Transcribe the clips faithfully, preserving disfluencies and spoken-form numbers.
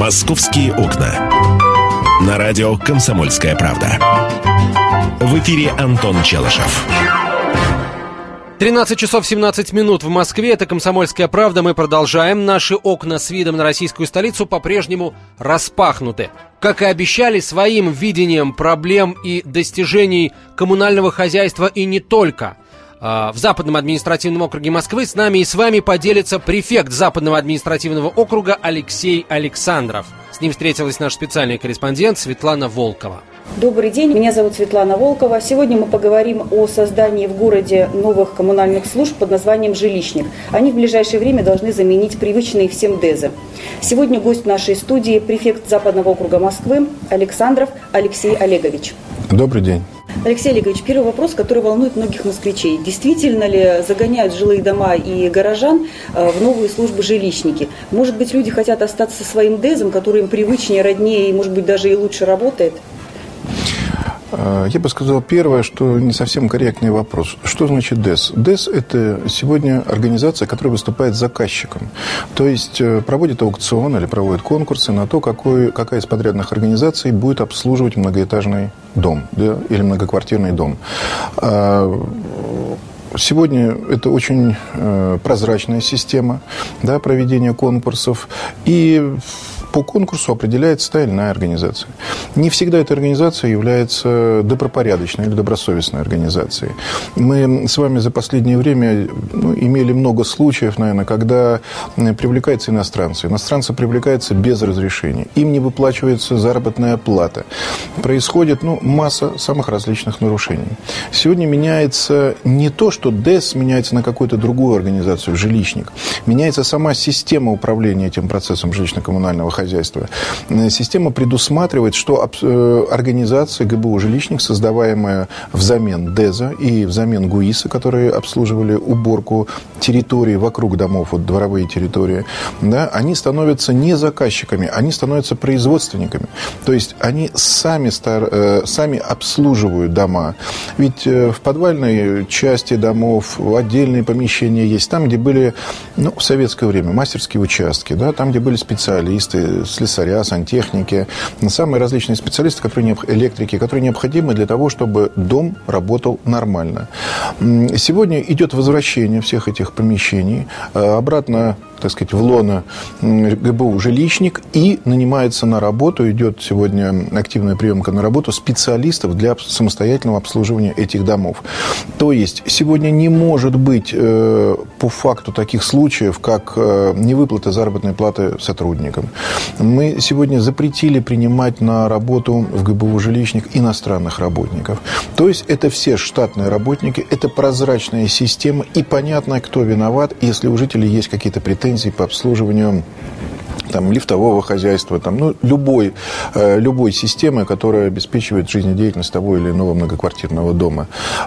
«Московские окна». На радио «Комсомольская правда». В эфире Антон Челышев. тринадцать часов семнадцать минут в Москве. Это «Комсомольская правда». Мы продолжаем. Наши окна с видом на российскую столицу по-прежнему распахнуты. Как и обещали, своим видением проблем и достижений коммунального хозяйства и не только в Западном административном округе Москвы с нами и с вами поделится префект Западного административного округа Алексей Александров. С ним встретилась наш специальный корреспондент Светлана Волкова. Добрый день, меня зовут Светлана Волкова. Сегодня мы поговорим о создании в городе новых коммунальных служб под названием «Жилищник». Они в ближайшее время должны заменить привычные всем ДЭЗы. Сегодня гость нашей студии – префект Западного округа Москвы Александров Алексей Олегович. Добрый день. Алексей Олегович, первый вопрос, который волнует многих москвичей. Действительно ли загоняют жилые дома и горожан в новые службы жилищники? Может быть, люди хотят остаться со своим ДЭЗом, который им привычнее, роднее и, может быть, даже и лучше работает? Я бы сказал первое, что не совсем корректный вопрос. Что значит ДЭЗ? ДЭЗ – это сегодня организация, которая выступает заказчиком. То есть проводит аукцион или проводит конкурсы на то, какой, какая из подрядных организаций будет обслуживать многоэтажный дом, да, или многоквартирный дом. Сегодня это очень прозрачная система, да, проведения конкурсов. И по конкурсу определяется та или иная организация. Не всегда эта организация является добропорядочной или добросовестной организацией. Мы с вами за последнее время ну, имели много случаев, наверное, когда привлекаются иностранцы. Иностранцы привлекаются без разрешения. Им не выплачивается заработная плата. Происходит ну, масса самых различных нарушений. Сегодня меняется не то, что ДЭЗ меняется на какую-то другую организацию, жилищник. Меняется сама система управления этим процессом жилищно-коммунального хозяйства. Система предусматривает, что организация ГБУ «Жилищник», создаваемая взамен ДЭЗа и взамен ГУИСа, которые обслуживали уборку территории вокруг домов, вот дворовые территории, да, они становятся не заказчиками, они становятся производственниками. То есть они сами, стар, сами обслуживают дома. Ведь в подвальной части домов отдельные помещения есть. Там, где были ну, в советское время мастерские участки, да, там, где были специалисты, слесаря, сантехники, самые различные специалисты, которые, электрики, которые необходимы для того, чтобы дом работал нормально. Сегодня идет возвращение всех этих помещений обратно, так сказать, в лоно ГБУ «Жилищник», и нанимается на работу, идет сегодня активная приемка на работу специалистов для самостоятельного обслуживания этих домов. То есть сегодня не может быть э, по факту таких случаев, как э, невыплата заработной платы сотрудникам. Мы сегодня запретили принимать на работу в ГБУ «Жилищник» иностранных работников. То есть это все штатные работники, это прозрачная система, и понятно, кто виноват, если у жителей есть какие-то претензии по обслуживанию там, лифтового хозяйства, там, ну, любой, э, любой системы, которая обеспечивает жизнедеятельность того или иного многоквартирного дома.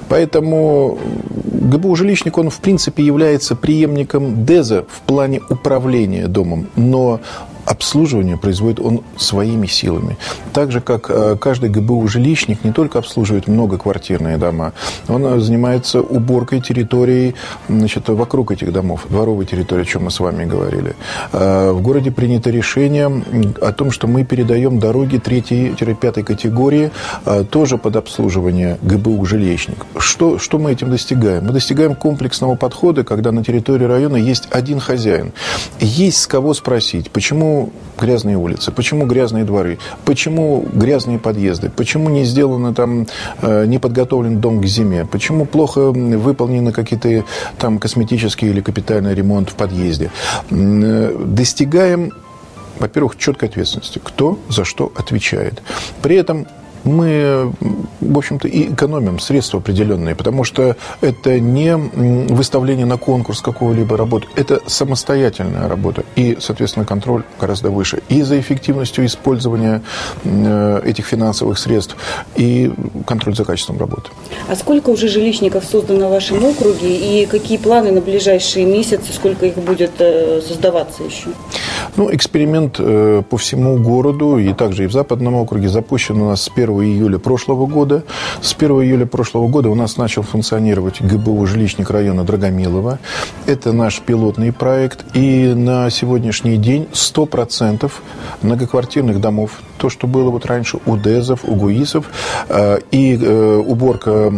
Поэтому ГБУ «Жилищник», он в принципе является преемником ДЭЗа в плане управления домом, но обслуживание производит он своими силами. Так же, как каждый ГБУ «Жилищник» не только обслуживает многоквартирные дома, он занимается уборкой территорий, значит, вокруг этих домов, дворовой территории, о чем мы с вами говорили. В городе принято решение о том, что мы передаем дороги третьей-пятой категории тоже под обслуживание ГБУ «Жилищник». Что, что мы этим достигаем? Мы достигаем комплексного подхода, когда на территории района есть один хозяин. Есть с кого спросить, почему грязные улицы, почему грязные дворы, почему грязные подъезды, почему не сделано там, не подготовлен дом к зиме, почему плохо выполнены какие-то там косметические или капитальный ремонт в подъезде. Достигаем, во-первых, четкой ответственности, кто за что отвечает. При этом мы, в общем-то, и экономим средства определенные, потому что это не выставление на конкурс какого-либо работы, это самостоятельная работа, и, соответственно, контроль гораздо выше. И за эффективностью использования этих финансовых средств, и контроль за качеством работы. А сколько уже жилищников создано в вашем округе, и какие планы на ближайшие месяцы, сколько их будет создаваться еще? Ну, эксперимент по всему городу, и также и в Западном округе запущен у нас с первого первого июля прошлого года. С первого июля прошлого года у нас начал функционировать ГБУ «Жилищник» района Драгомилово. Это наш пилотный проект. И на сегодняшний день сто процентов многоквартирных домов, то, что было вот раньше у ДЭЗов, у ГУИСов, и уборка,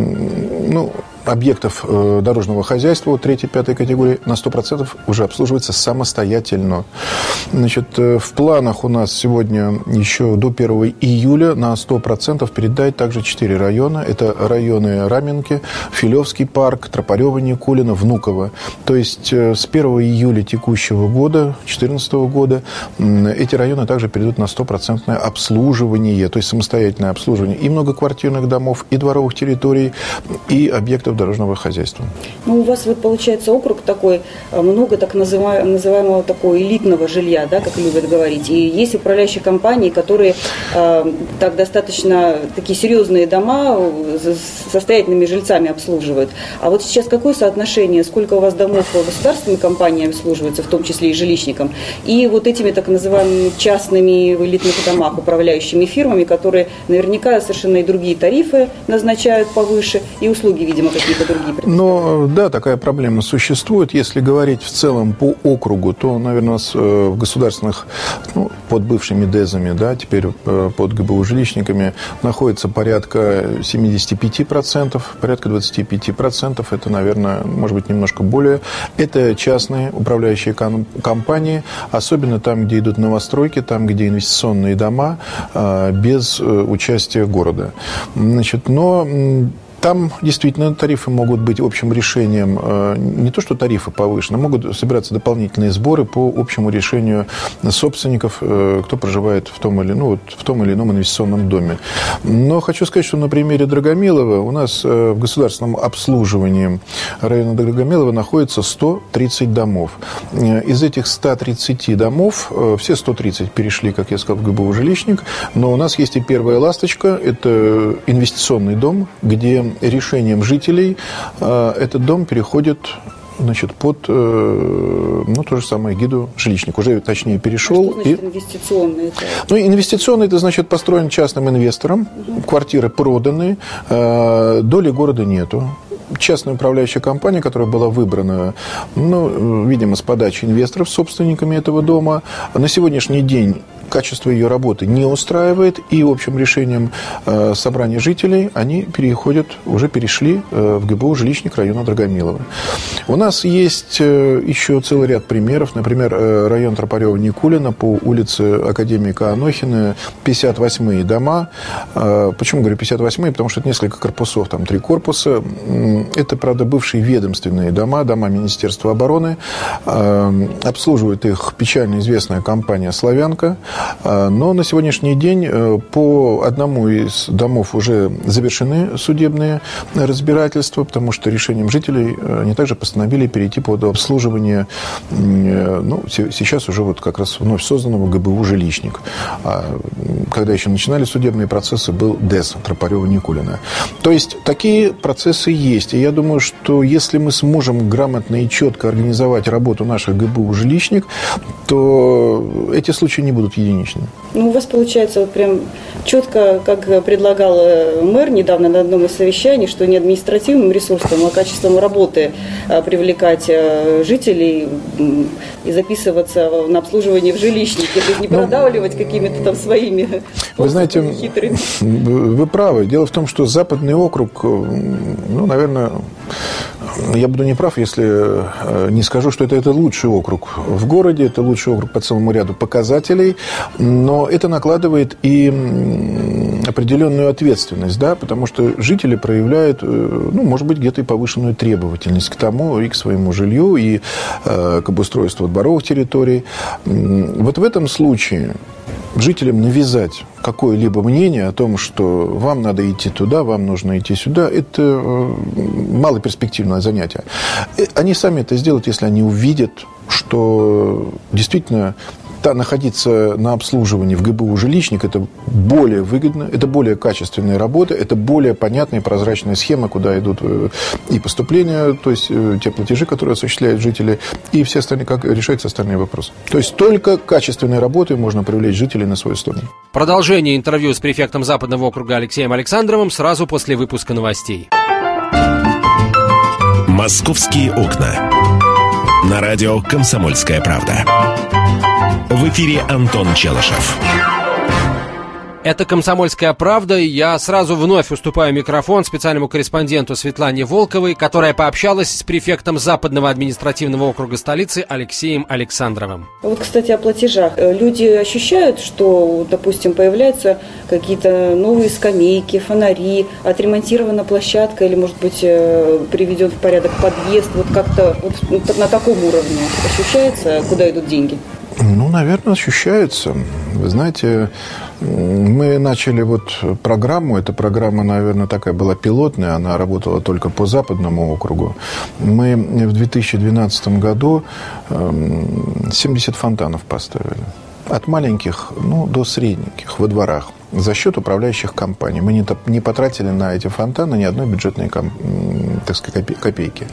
ну, объектов дорожного хозяйства вот третьей-пятой категории на сто процентов уже обслуживается самостоятельно. Значит, в планах у нас сегодня еще до первого июля на сто процентов передать также четыре района. Это районы Раменки, Филевский парк, Тропарево, Никулино, Внуково. То есть с первого июля текущего года, две тысячи четырнадцатого года, эти районы также перейдут на стопроцентное обслуживание, то есть самостоятельное обслуживание и многоквартирных домов, и дворовых территорий, и объектов дорожного хозяйства. Ну, у вас вот получается округ такой, много так называемого, называемого такого элитного жилья, да, как любят говорить. И есть управляющие компании, которые э, так достаточно такие серьезные дома с состоятельными жильцами обслуживают. А вот сейчас какое соотношение, сколько у вас домов государственными компаниями обслуживаются, в том числе и жилищникам, и вот этими так называемыми частными в элитных домах управляющими фирмами, которые наверняка совершенно и другие тарифы назначают повыше, и услуги, видимо, какие-то другие. Но да, такая проблема существует. Если говорить в целом по округу, то, наверное, у нас в государственных, ну, под бывшими ДЭЗами, да, теперь под ГБУ жилищниками находится порядка семьдесят пять процентов, порядка двадцать пять процентов. Это, наверное, может быть, немножко более. Это частные управляющие компании, особенно там, где идут новостройки, там, где инвестиционные дома без участия города. Значит, но там действительно тарифы могут быть общим решением, не то что тарифы повышены, могут собираться дополнительные сборы по общему решению собственников, кто проживает в том или, ну, вот, в том или ином инвестиционном доме. Но хочу сказать, что на примере Драгомилова у нас в государственном обслуживании района Драгомилова находится сто тридцать домов. Из этих ста тридцати домов все сто тридцать перешли, как я сказал, в ГБУ «Жилищник», но у нас есть и первая ласточка, это инвестиционный дом, где решением жителей э, этот дом переходит, значит, под э, ну, то же самое ГИДу «Жилищник». Уже, точнее, перешел. А что значит и... инвестиционный? Это... Ну, инвестиционный, это значит построен частным инвестором, угу. Квартиры проданы, э, доли города нету. Частная управляющая компания, которая была выбрана, ну, видимо, с подачи инвесторов, собственниками этого дома, на сегодняшний день качество ее работы не устраивает, и общим решением э, собрания жителей они переходят, уже перешли э, в ГБУ «Жилищник» района Драгомилово. У нас есть э, еще целый ряд примеров. Например, э, район Тропарева-Никулино по улице Академика Анохина, пятьдесят восьмые дома. Э, почему говорю пятьдесят восьмые? Потому что это несколько корпусов, там три корпуса. Это, правда, бывшие ведомственные дома, дома Министерства обороны. Э, обслуживает их печально известная компания «Славянка». Но на сегодняшний день по одному из домов уже завершены судебные разбирательства, потому что решением жителей они также постановили перейти под обслуживание, ну, сейчас уже вот как раз вновь созданного ГБУ «Жилищник». А когда еще начинали судебные процессы, был ДЭЗ Тропарева-Никулино. То есть такие процессы есть. И я думаю, что если мы сможем грамотно и четко организовать работу наших ГБУ «Жилищник», то эти случаи не будут единичными. Ну, у вас получается вот прям четко, как предлагал мэр недавно на одном из совещаний, что не административным ресурсом, а качеством работы привлекать жителей и записываться на обслуживание в жилищнике, то есть не продавливать ну, какими-то там своими вы знаете, хитрыми. Вы правы. Дело в том, что Западный округ, ну, наверное, я буду неправ, если не скажу, что это, это лучший округ в городе, это лучший округ по целому ряду показателей, но это накладывает и определенную ответственность, да, потому что жители проявляют, ну, может быть, где-то и повышенную требовательность к тому, и к своему жилью, и э, к обустройству дворовых территорий. Вот в этом случае жителям навязать какое-либо мнение о том, что вам надо идти туда, вам нужно идти сюда, это малоперспективное занятие. Они сами это сделают, если они увидят, что действительно находиться на обслуживании в ГБУ «Жилищник» – это более выгодно, это более качественная работа, это более понятная и прозрачная схема, куда идут и поступления, то есть те платежи, которые осуществляют жители, и все остальные, как решаются остальные вопросы. То есть только качественной работой можно привлечь жителей на свою сторону. Продолжение интервью с префектом Западного округа Алексеем Александровым сразу после выпуска новостей. «Московские окна». На радио «Комсомольская правда». В эфире Антон Челышев. Это «Комсомольская правда», и я сразу вновь уступаю микрофон специальному корреспонденту Светлане Волковой, которая пообщалась с префектом Западного административного округа столицы Алексеем Александровым. Вот, кстати, о платежах. Люди ощущают, что, допустим, появляются какие-то новые скамейки, фонари, отремонтирована площадка или, может быть, приведен в порядок подъезд. Вот как-то вот на таком уровне ощущается, куда идут деньги? Ну, наверное, ощущается. Вы знаете, мы начали вот программу. Эта программа, наверное, такая была пилотная. Она работала только по Западному округу. Мы в две тысячи двенадцатом году семьдесят фонтанов поставили. От маленьких, ну, до средненьких во дворах. За счет управляющих компаний. Мы не, не потратили на эти фонтаны ни одной бюджетной, так сказать, копейки.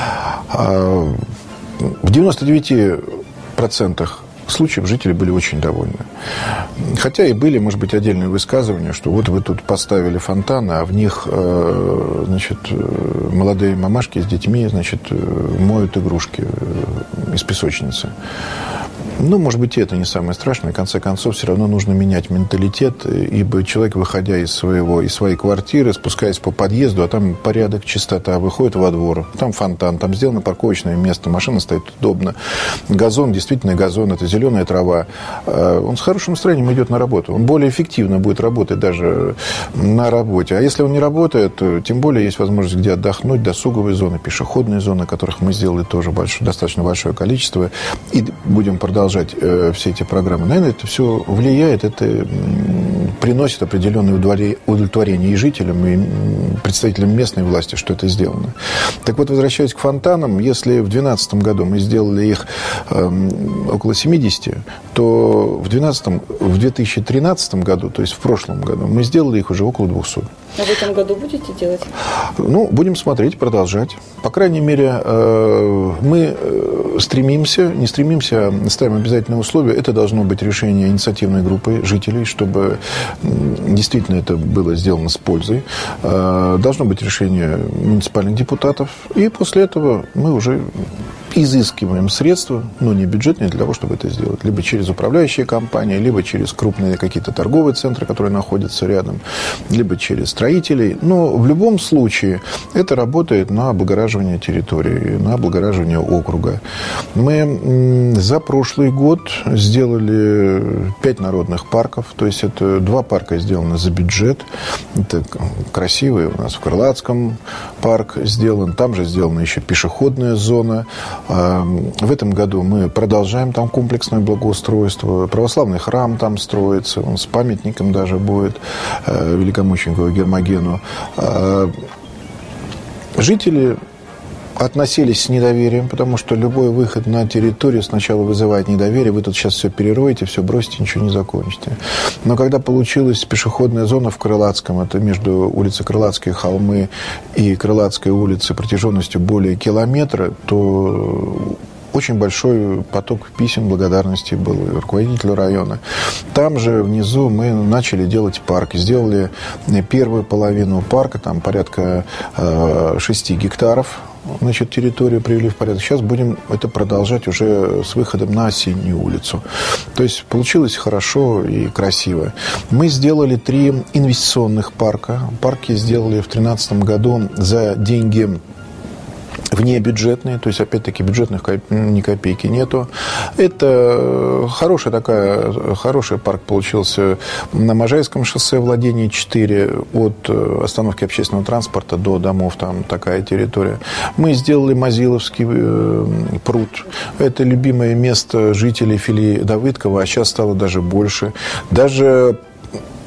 В девяноста девяти процентах случаев жители были очень довольны. Хотя и были, может быть, отдельные высказывания, что вот вы тут поставили фонтаны, а в них, значит, молодые мамашки с детьми, значит, моют игрушки из песочницы. Ну, может быть, и это не самое страшное. В конце концов, все равно нужно менять менталитет, ибо человек, выходя из, своего, из своей квартиры, спускаясь по подъезду, а там порядок, чистота, выходит во двор, там фонтан, там сделано парковочное место, машина стоит удобно, газон, действительно газон, это зеленая трава. Он с хорошим настроением идет на работу. Он более эффективно будет работать даже на работе. А если он не работает, то тем более есть возможность где отдохнуть, досуговые зоны, пешеходные зоны, которых мы сделали тоже большое, достаточно большое количество, и будем продолжать все эти программы. Наверное, это все влияет, это приносит определенное удовлетворение и жителям, и представителям местной власти, что это сделано. Так вот, возвращаясь к фонтанам, если в две тысячи двенадцатом году мы сделали их около семидесяти, то в, двенадцатом, в две тысячи тринадцатом году, то есть в прошлом году, мы сделали их уже около двухсот. А в этом году будете делать? Ну, будем смотреть, продолжать. По крайней мере, мы стремимся, не стремимся, ставим обязательные условия. Это должно быть решение инициативной группы жителей, чтобы действительно это было сделано с пользой. Должно быть решение муниципальных депутатов. И после этого мы уже изыскиваем средства, но не бюджетные, для того, чтобы это сделать. Либо через управляющие компании, либо через крупные какие-то торговые центры, которые находятся рядом, либо через строителей. Но в любом случае это работает на облагораживание территории, на облагораживание округа. Мы за прошлый год сделали пять народных парков, то есть это два парка сделаны за бюджет. Это красивые у нас в Крылатском парк сделан, там же сделана еще пешеходная зона. В этом году мы продолжаем там комплексное благоустройство. Православный храм там строится, он с памятником даже будет великомученику Гермогену. Жители относились с недоверием, потому что любой выход на территорию сначала вызывает недоверие. Вы тут сейчас все перероете, все бросите, ничего не закончите. Но когда получилась пешеходная зона в Крылатском, это между улицей Крылатские холмы и Крылатской улицей протяженностью более километра, то очень большой поток писем благодарности был руководителю района. Там же внизу мы начали делать парк. Сделали первую половину парка, там порядка шести гектаров. Значит, территорию привели в порядок. Сейчас будем это продолжать уже с выходом на Осеннюю улицу. То есть получилось хорошо и красиво. Мы сделали три инвестиционных парка. Парки сделали в две тысячи тринадцатом году за деньги внебюджетные, то есть, опять-таки, бюджетных ни копейки нету. Это хорошая такая, хороший парк получился на Можайском шоссе, владение четыре, от остановки общественного транспорта до домов, там такая территория. Мы сделали Мазиловский пруд. Это любимое место жителей филии Давыдкова, а сейчас стало даже больше. Даже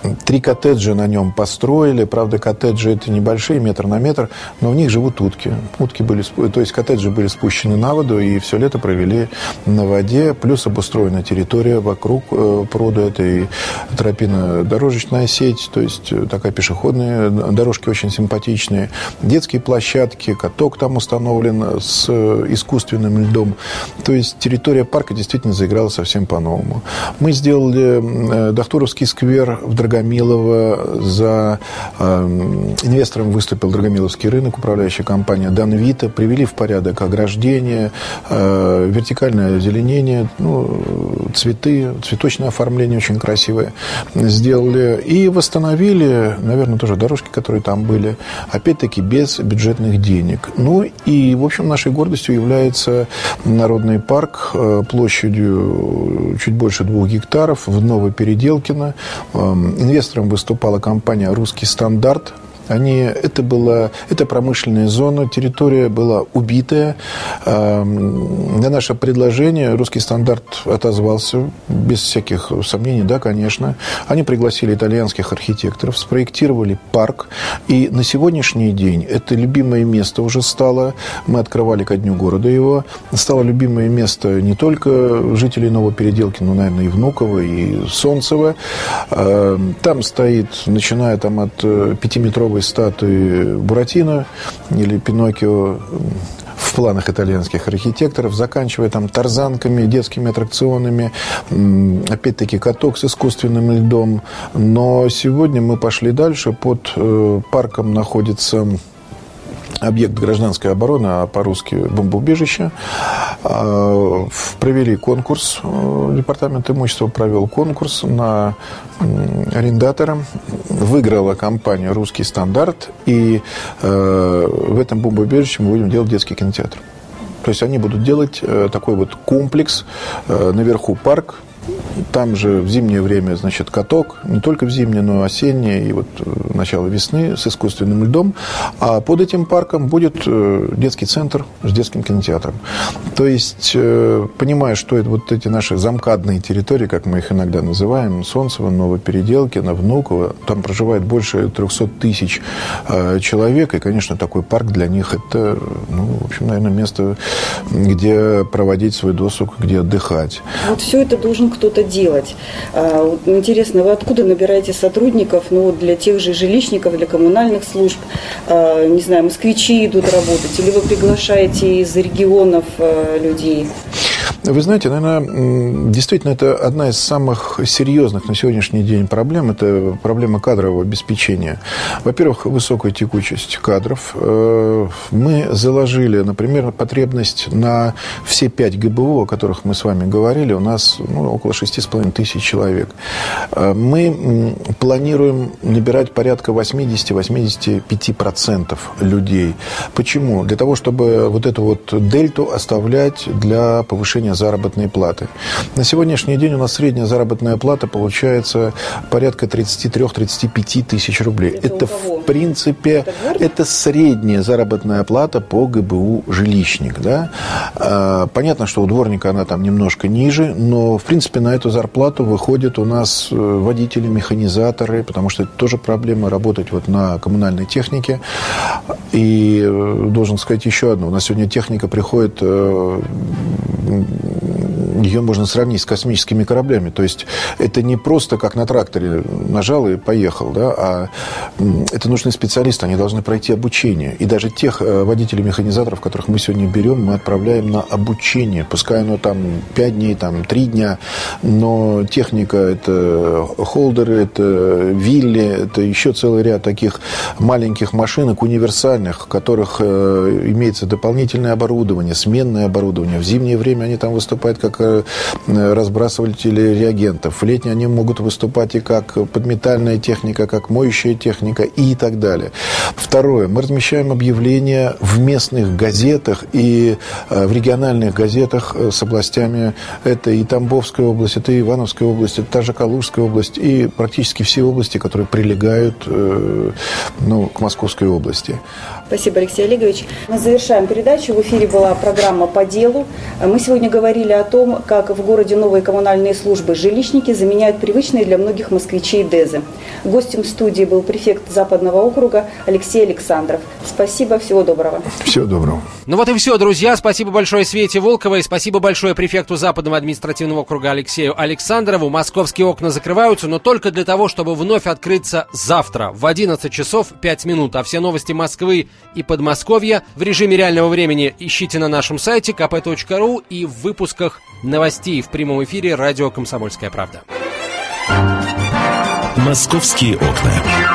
Три коттеджа на нем построили. Правда, коттеджи это небольшие, метр на метр, но в них живут утки. Утки были, то есть коттеджи были спущены на воду и все лето провели на воде. Плюс обустроена территория вокруг пруда. Это и тропино-дорожечная сеть, то есть такая пешеходная, дорожки очень симпатичные. Детские площадки, каток там установлен с искусственным льдом. То есть территория парка действительно заиграла совсем по-новому. Мы сделали Дахтуровский сквер в Драгомилово. За э, инвестором выступил Драгомиловский рынок, управляющая компания Данвита. Привели в порядок ограждение, э, вертикальное озеленение, ну, цветы, цветочное оформление очень красивое сделали. И восстановили, наверное, тоже дорожки, которые там были, опять-таки без бюджетных денег. Ну и, в общем, нашей гордостью является Народный парк площадью чуть больше двух гектаров в Новопеределкино. Инвестором выступала компания «Русский стандарт». Они, это, была, это промышленная зона, территория была убитая. На наше предложение «Русский стандарт» отозвался, без всяких сомнений, да, конечно. Они пригласили итальянских архитекторов, спроектировали парк. И на сегодняшний день это любимое место уже стало. Мы открывали ко дню города его. Стало любимое место не только жителей Новопеределкина, но, наверное, и Внуково, и Солнцево. Там стоит, начиная там, от пятиметровой статуи Буратино или Пиноккио в планах итальянских архитекторов, заканчивая там тарзанками, детскими аттракционами, опять-таки каток с искусственным льдом. Но сегодня мы пошли дальше. Под парком находится объект гражданской обороны, а по-русски бомбоубежище. Провели конкурс, департамент имущества провел конкурс на арендатора. Выиграла компания «Русский стандарт», и в этом бомбоубежище мы будем делать детский кинотеатр. То есть они будут делать такой вот комплекс, наверху парк. Там же в зимнее время, значит, каток, не только в зимнее, но и осеннее, и вот начало весны с искусственным льдом. А под этим парком будет детский центр с детским кинотеатром. То есть, понимая, что это вот эти наши замкадные территории, как мы их иногда называем, Солнцево, Новопеределкино, Внуково, там проживает больше трехсот тысяч человек, и, конечно, такой парк для них это, ну, в общем, наверное, место, где проводить свой досуг, где отдыхать. Вот все это должен кто-то делать. Интересно, вы откуда набираете сотрудников, ну, для тех же жилищников, для коммунальных служб? Не знаю, москвичи идут работать, или вы приглашаете из регионов людей? Вы знаете, наверное, действительно, это одна из самых серьезных на сегодняшний день проблем. Это проблема кадрового обеспечения. Во-первых, высокая текучесть кадров. Мы заложили, например, потребность на все пять ГБУ, о которых мы с вами говорили. У нас, ну, около шести с половиной тысяч человек. Мы планируем набирать порядка восемьдесят-восемьдесят пять процентов людей. Почему? Для того, чтобы вот эту вот дельту оставлять для повышения заработной платы. На сегодняшний день у нас средняя заработная плата получается порядка тридцать три - тридцать пять тысяч рублей. Это, это в принципе, это, это средняя заработная плата по ГБУ «Жилищник». Да? Понятно, что у дворника она там немножко ниже, но в принципе на эту зарплату выходят у нас водители, механизаторы, потому что это тоже проблема работать вот на коммунальной технике. И должен сказать еще одно. У нас сегодня техника приходит, ее можно сравнить с космическими кораблями. То есть это не просто как на тракторе нажал и поехал, да, а это нужны специалисты, они должны пройти обучение. И даже тех водителей-механизаторов, которых мы сегодня берем, мы отправляем на обучение. Пускай оно там пять дней, там три дня, но техника — это холдеры, это вилли, это еще целый ряд таких маленьких машинок универсальных, в которых имеется дополнительное оборудование, сменное оборудование. В зимнее время они там выступают как разбрасыватели реагентов. В летнее они могут выступать и как подметальная техника, как моющая техника и так далее. Второе. Мы размещаем объявления в местных газетах и в региональных газетах с областями. Это и Тамбовская область, это и Ивановская область, это та же Калужская область и практически все области, которые прилегают, ну, к Московской области. Спасибо, Алексей Олегович. Мы завершаем передачу. В эфире была программа «По делу». Мы сегодня говорили о том, том, как в городе новые коммунальные службы «Жилищники» заменяют привычные для многих москвичей ДЭЗы. Гостем студии был префект Западного округа Алексей Александров. Спасибо, всего доброго. Всего доброго. Ну вот и все, друзья. Спасибо большое Свете Волковой, спасибо большое префекту Западного административного округа Алексею Александрову. Московские окна закрываются, но только для того, чтобы вновь открыться завтра в одиннадцать часов пять минут. А все новости Москвы и Подмосковья в режиме реального времени ищите на нашем сайте ка пэ точка ру и в выпусках новостей в прямом эфире радио «Комсомольская правда». «Московские окна».